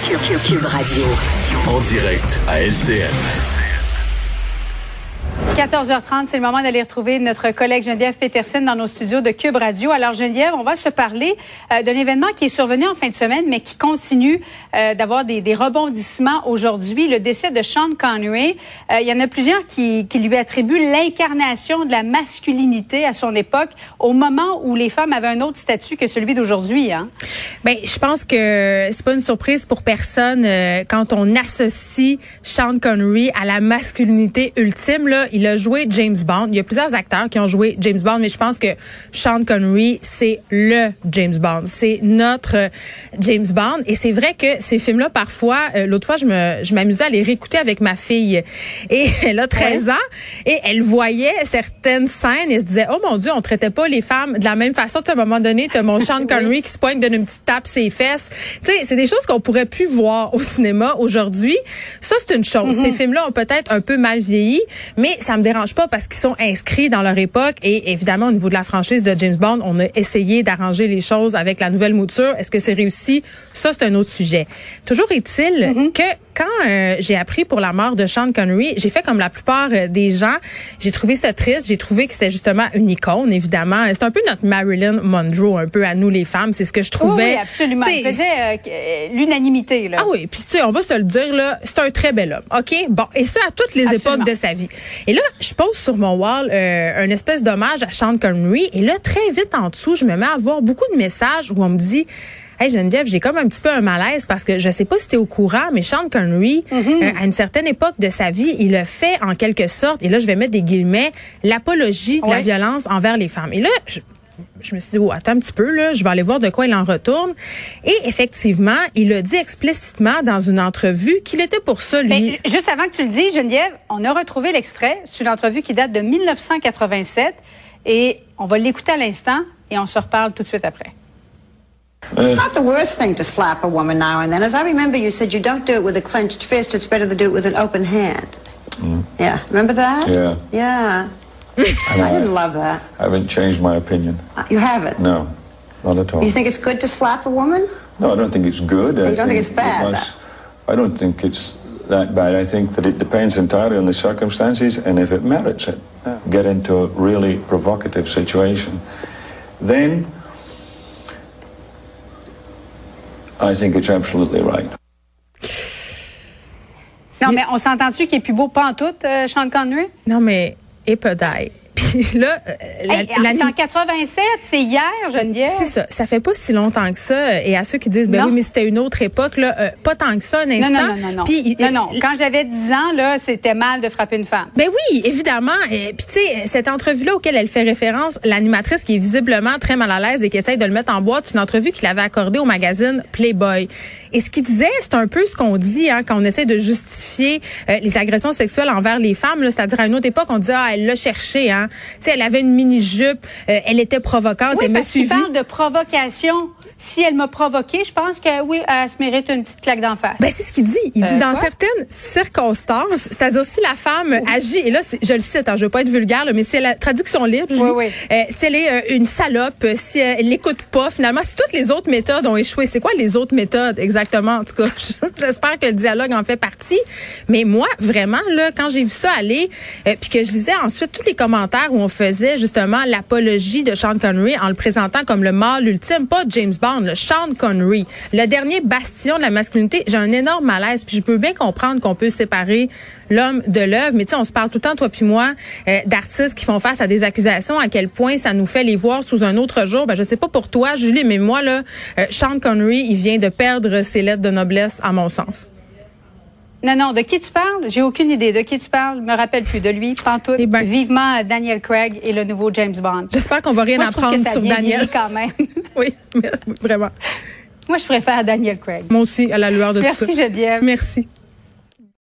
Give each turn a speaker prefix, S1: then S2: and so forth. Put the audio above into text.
S1: Cube Radio.
S2: En direct à LCN.
S3: 14h30, c'est le moment d'aller retrouver notre collègue Geneviève Peterson dans nos studios de Cube Radio. Alors Geneviève, on va se parler d'un événement qui est survenu en fin de semaine, mais qui continue d'avoir des rebondissements aujourd'hui. Le décès de Sean Connery. Il y en a plusieurs qui lui attribuent l'incarnation de la masculinité à son époque, au moment où les femmes avaient un autre statut que celui d'aujourd'hui. Hein?
S4: Ben, je pense que c'est pas une surprise pour personne quand on associe Sean Connery à la masculinité ultime. Là, il a joué James Bond. Il y a plusieurs acteurs qui ont joué James Bond, mais je pense que Sean Connery, c'est le James Bond. C'est notre James Bond. Et c'est vrai que ces films-là, parfois, l'autre fois, je m'amusais à les réécouter avec ma fille. Et elle a 13 ans et elle voyait certaines scènes et se disait, oh mon Dieu, on traitait pas les femmes de la même façon. Tu sais, à un moment donné, t'as mon Sean Connery qui se pointe, donne une petite tape ses fesses. Tu sais, c'est des choses qu'on pourrait plus voir au cinéma aujourd'hui. Ça, c'est une chose. Ces films-là ont peut-être un peu mal vieilli, mais ça me dérange pas parce qu'ils sont inscrits dans leur époque et évidemment au niveau de la franchise de James Bond, on a essayé d'arranger les choses avec la nouvelle mouture. Est-ce que c'est réussi? Ça, c'est un autre sujet. Toujours est-il que quand j'ai appris pour la mort de Sean Connery, j'ai fait comme la plupart des gens. J'ai trouvé ça triste. J'ai trouvé que c'était justement une icône, évidemment. C'est un peu notre Marilyn Monroe, un peu à nous les femmes. C'est ce que je trouvais.
S3: Oui, absolument. Il faisait l'unanimité, là.
S4: Ah oui, puis tu sais, on va se le dire, là, c'est un très bel homme. OK? Bon, et ça à toutes les époques de sa vie. Et là, je pose sur mon wall un espèce d'hommage à Sean Connery. Et là, très vite en dessous, je me mets à voir beaucoup de messages où on me dit... Hey Geneviève, j'ai comme un petit peu un malaise parce que je sais pas si t'es au courant, mais Sean Connery, à une certaine époque de sa vie, il a fait en quelque sorte, et là je vais mettre des guillemets, l'apologie de la violence envers les femmes. Et là, je me suis dit, oh, attends un petit peu, là, je vais aller voir de quoi il en retourne. Et effectivement, il a dit explicitement dans une entrevue qu'il était pour ça, lui.
S3: Mais juste avant que tu le dises, Geneviève, on a retrouvé l'extrait. C'est une entrevue qui date de 1987 et on va l'écouter à l'instant et on se reparle tout de suite après.
S5: It's not the worst thing to slap a woman now and then. As I remember, you said you don't do it with a clenched fist. It's better to do it with an open hand. Yeah, remember that?
S6: Yeah.
S5: Yeah. I didn't love that.
S6: I haven't changed my opinion.
S5: You haven't?
S6: No, not at all.
S5: You think it's good to slap a woman?
S6: No, I don't think it's good.
S5: You don't think it's bad?
S6: I don't think it's that bad. I think that it depends entirely on the circumstances and if it merits it. Get into a really provocative situation. Then I think it's absolutely right.
S3: Non, mais on s'entend-tu qu'il est plus beau pantoute, Sean Connery?
S4: Non, mais épedaille. Puis là,
S3: c'est en 87, c'est hier, Geneviève.
S4: C'est ça. Ça fait pas si longtemps que ça. Et à ceux qui disent, ben oui, mais c'était une autre époque, là, pas tant que ça, un instant.
S3: Non. Puis, non. Quand j'avais 10 ans, là, c'était mal de frapper une femme.
S4: Ben oui, évidemment. Puis tu sais, cette entrevue-là auquel elle fait référence, l'animatrice qui est visiblement très mal à l'aise et qui essaye de le mettre en boîte, une entrevue qu'il avait accordée au magazine Playboy. Et ce qu'il disait, c'est un peu ce qu'on dit quand on essaie de justifier les agressions sexuelles envers les femmes. Là, c'est-à-dire à une autre époque, on disait elle l'a cherché. Tu sais, elle avait une mini-jupe, elle était provocante,
S3: oui,
S4: elle me
S3: suivit.
S4: suivit.
S3: Parle de provocation. Si elle m'a provoqué, je pense que oui, elle se mérite une petite claque d'en face.
S4: Ben c'est ce qu'il dit. Il dit dans certaines circonstances, c'est-à-dire si la femme agit, et là je le cite, je veux pas être vulgaire, là, mais c'est la traduction libre. Si elle est une salope, si elle l'écoute pas, finalement, si toutes les autres méthodes ont échoué, c'est quoi les autres méthodes exactement? En tout cas, j'espère que le dialogue en fait partie. Mais moi, vraiment là, quand j'ai vu ça aller, puis que je lisais ensuite tous les commentaires où on faisait justement l'apologie de Sean Connery en le présentant comme le mâle ultime, pas James Bond. Le Sean Connery, le dernier bastion de la masculinité, j'ai un énorme malaise, puis je peux bien comprendre qu'on peut séparer l'homme de l'œuvre, mais tu sais, on se parle tout le temps, toi puis moi, d'artistes qui font face à des accusations, à quel point ça nous fait les voir sous un autre jour. Ben, je sais pas pour toi, Julie, mais moi, là, Sean Connery, il vient de perdre ses lettres de noblesse, à mon sens.
S3: Non, de qui tu parles? J'ai aucune idée. De qui tu parles? Je me rappelle plus de lui. Pantoute. Vivement Daniel Craig et le nouveau James Bond.
S4: J'espère qu'on va rien apprendre sur Daniel.
S3: Quand même.
S4: Oui, vraiment.
S3: Moi, je préfère Daniel Craig.
S4: Moi aussi, à la lueur de tout ça.
S3: Merci, Geneviève.
S4: Merci.